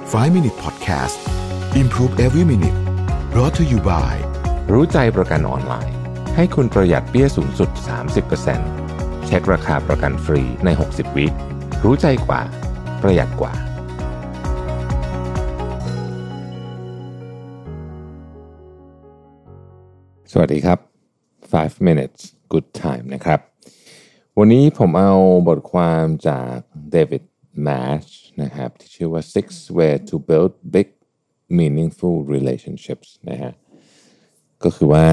5 Minute Podcast Improve Every Minute brought to you by รู้ใจประกันออนไลน์ให้คุณประหยัดเบี้ยสูงสุด 30% เช็คราคาประกันฟรีใน60วิรู้ใจกว่าประหยัดกว่าสวัสดีครับ5 minutes good time นะครับวันนี้ผมเอาบทความจากเดวิดแมชนะครับที่ชื่อว่า Six Ways to Build Big Meaningful Relationships นะฮะก็คือว่า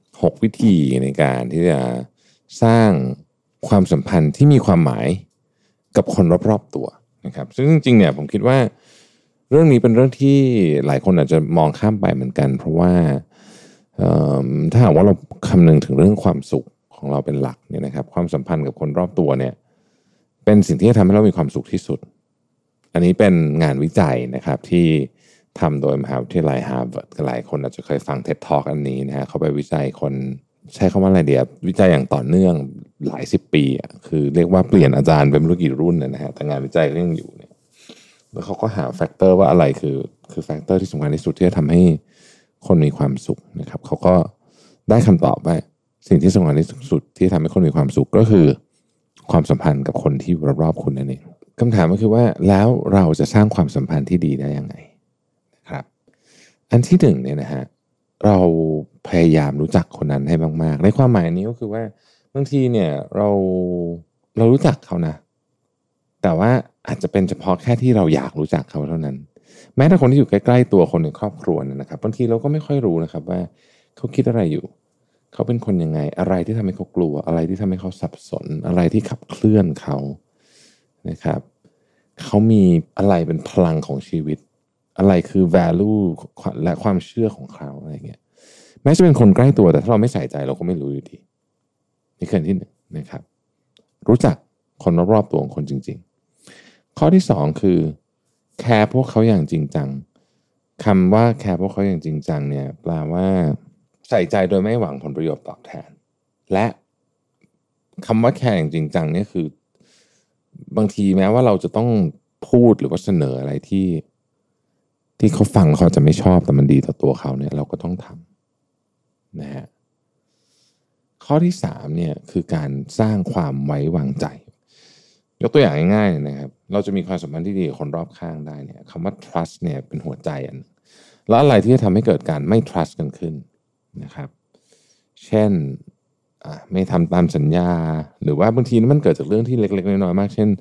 6วิธีในการที่จะสร้างความสัมพันธ์ที่มีความหมายกับคนรอบๆตัวนะครับซึ่งจริงๆเนี่ยผมคิดว่าเรื่องนี้เป็นเรื่องที่หลายคนอาจจะมองข้ามไปเหมือนกันเพราะว่าถ้าหากว่าเราคำนึงถึงเรื่องความสุขของเราเป็นหลักเนี่ยนะครับความสัมพันธ์กับคนรอบตัวเนี่ยเป็นสิ่งที่จะทำให้เรามีความสุขที่สุดอันนี้เป็นงานวิจัยนะครับที่ทำโดยมหาวิทยาลัยฮาร์วาร์ดหลายคนอาจจะเคยฟัง TED Talk อันนี้นะฮะเขาไปวิจัยคนใช้คำว่าอะไรเดียววิจัยอย่างต่อเนื่องหลาย10ปีอ่ะคือเรียกว่าเปลี่ยนอาจารย์เป็นไม่รู้กี่รุ่นนะฮะแต่งานวิจัยก็ยังอยู่เนี่ยแล้วเขาก็หาแฟกเตอร์ว่าอะไรคือแฟกเตอร์ที่สำคัญที่สุดที่จะทำให้คนมีความสุขนะครับเขาก็ได้คำตอบว่าสิ่งที่สำคัญที่สุดที่ทำให้คนมีความสุขก็คือความสัมพันธ์กับคนที่รอบๆคุณนั่นเองคำถามก็คือว่าแล้วเราจะสร้างความสัมพันธ์ที่ดีได้ยังไงนะครับอันที่หนึ่งเนี่ยนะฮะเราพยายามรู้จักคนนั้นให้มากๆในความหมายนี้ก็คือว่าบางทีเนี่ยเรารู้จักเขานะแต่ว่าอาจจะเป็นเฉพาะแค่ที่เราอยากรู้จักเขาเท่านั้นแม้แต่คนที่อยู่ใกล้ๆตัวคนในครอบครัวนะครับบางทีเราก็ไม่ค่อยรู้นะครับว่าเขาคิดอะไรอยู่เขาเป็นคนยังไงอะไรที่ทำให้เขากลัวอะไรที่ทำให้เขาสับสนอะไรที่ขับเคลื่อนเขานะครับเขามีอะไรเป็นพลังของชีวิตอะไรคือ value และความเชื่อของเขาอะไรเงี้ยแม้จะเป็นคนใกล้ตัวแต่ถ้าเราไม่ใส่ใจเราก็ไม่รู้อยู่ดีนี่คือที่หนึ่งนะครับรู้จักคนรอบๆตัวของคนจริงๆข้อที่สองคือแคร์พวกเขาอย่างจริงจังคำว่าแคร์พวกเขาอย่างจริงจังเนี่ยแปลว่าใส่ใจโดยไม่หวังผลประโยชน์ตอบแทนและคำว่าแคร์อย่างจริงจังเนี่ยคือบางทีแม้ว่าเราจะต้องพูดหรือว่าเสนออะไรที่เขาฟังเขาจะไม่ชอบแต่มันดีต่อตัวเขาเนี่ยเราก็ต้องทำนะฮะข้อที่สามเนี่ยคือการสร้างความไว้วางใจยกตัวอย่างง่ายๆนะครับเราจะมีความสัมพันธ์ที่ดีกับคนรอบข้างได้เนี่ยคำว่า trust เนี่ยเป็นหัวใจอันแล้วอะไรที่จะทำให้เกิดการไม่ trust กันขึ้นนะครับเช่นไม่ทำตามสัญญาหรือว่าบางทีมันเกิดจากเรื่องที่เล็กๆน้อยๆมากเช่น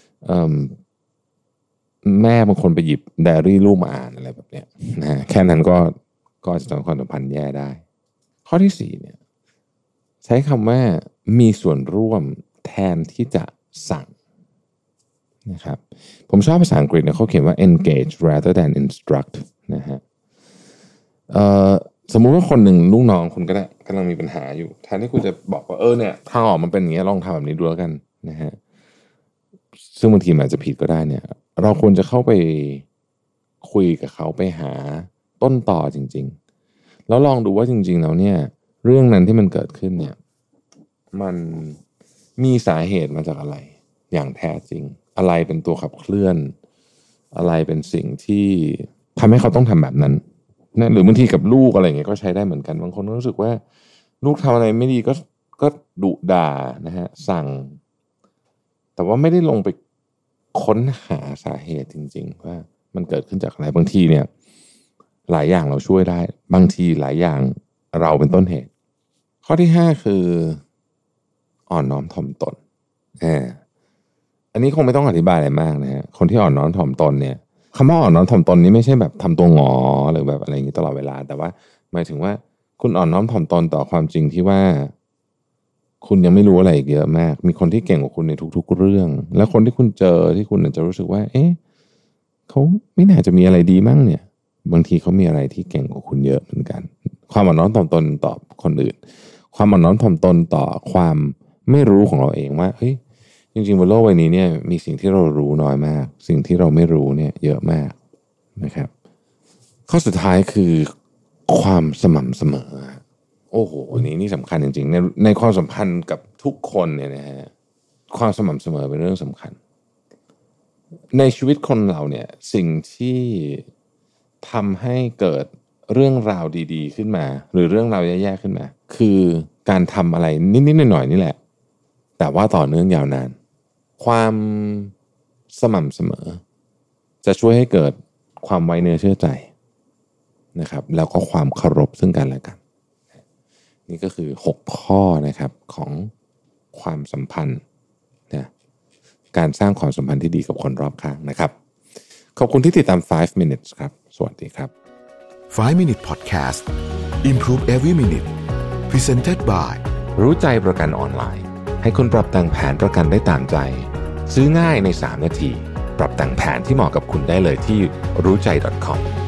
แม่บางคนไปหยิบไดอารี่ลูกมาอ่านอะไรแบบเนี้ยนะแค่นั้นก็จะทำให้ความสัมพันธ์แย่ได้ข้อที่สี่เนี่ยใช้คำว่ามีส่วนร่วมแทนที่จะสั่งนะครับผมชอบภาษาอังกฤษเนี่ยเขาเขียนว่า engage rather than instruct นะฮะสมมุติว่าคนหนึ่งลูกน้องคุณก็ได้กำลังมีปัญหาอยู่แทนที่คุณจะบอกว่าเนี่ยทางออกมันเป็นอย่างนี้ลองทำแบบนี้ดูแล้วกันนะฮะซึ่งบางทีมันอาจจะผิดก็ได้เนี่ยเราควรจะเข้าไปคุยกับเขาไปหาต้นต่อจริงๆแล้วลองดูว่าจริงๆแล้วเนี่ยเรื่องนั้นที่มันเกิดขึ้นเนี่ยมันมีสาเหตุมาจากอะไรอย่างแท้จริงอะไรเป็นตัวขับเคลื่อนอะไรเป็นสิ่งที่ทำให้เขาต้องทำแบบนั้นนะหรือบางทีกับลูกอะไรอย่างเงี้ยก็ใช้ได้เหมือนกันบางคนรู้สึกว่าลูกทำอะไรไม่ดีก็ดุด่านะฮะสั่งแต่ว่าไม่ได้ลงไปค้นหาสาเหตุจริงๆว่ามันเกิดขึ้นจากอะไรบางทีเนี่ยหลายอย่างเราช่วยได้บางทีหลายอย่างเราเป็นต้นเหตุข้อที่ห้าคืออ่อนน้อมถ่อมตนอันนี้คงไม่ต้องอธิบายอะไรมากนะฮะคนที่อ่อนน้อมถ่อมตนเนี่ยคำว่าอ่อนน้อมถ่อมตนนี้ไม่ใช่แบบทำตัวงอหรือแบบอะไรอย่างนี้ตลอดเวลาแต่ว่าหมายถึงว่าคุณอ่อนน้อมถ่อมตนต่อความจริงที่ว่าคุณยังไม่รู้อะไรอีกเยอะมากมีคนที่เก่งกว่าคุณในทุกๆเรื่องแล้วคนที่คุณเจอที่คุณอาจจะรู้สึกว่าเขาไม่น่าจะมีอะไรดีมั้งเนี่ยบางทีเขามีอะไรที่เก่งกว่าคุณเยอะเหมือนกันความอ่อนน้อมถ่อมตนต่อคนอื่นความอ่อนน้อมถ่อมตนต่อความไม่รู้ของเราเองว่าจริงๆบนโลกใบนี้เนี่ยมีสิ่งที่เรารู้น้อยมากสิ่งที่เราไม่รู้เนี่ยเยอะมากนะครับข้อสุดท้ายคือความสม่ำเสมอโอ้โหนี่สำคัญจริงๆในความสัมพันธ์กับทุกคนเนี่ยนะฮะความสม่ำเสมอเป็นเรื่องสำคัญในชีวิตคนเราเนี่ยสิ่งที่ทำให้เกิดเรื่องราวดีๆขึ้นมาหรือเรื่องราวแย่ๆขึ้นมาคือการทำอะไรนิดๆหน่อยๆนี่แหละแต่ว่าต่อเนื่องยาวนานความสม่ำเสมอจะช่วยให้เกิดความไว้เนื้อเชื่อใจนะครับแล้วก็ความเคารพซึ่งกันและกันนี่ก็คือ6ข้อนะครับของความสัมพันธ์นะการสร้างความสัมพันธ์ที่ดีกับคนรอบข้างนะครับขอบคุณที่ติดตาม5 minutes ครับสวัสดีครับ 5 Minute Podcast Improve Every Minute Presented by รู้ใจประกันออนไลน์ให้คุณปรับแต่งแผนประกันได้ตามใจซื้อง่ายใน3 นาทีปรับแต่งแผนที่เหมาะกับคุณได้เลยที่รู้ใจ .com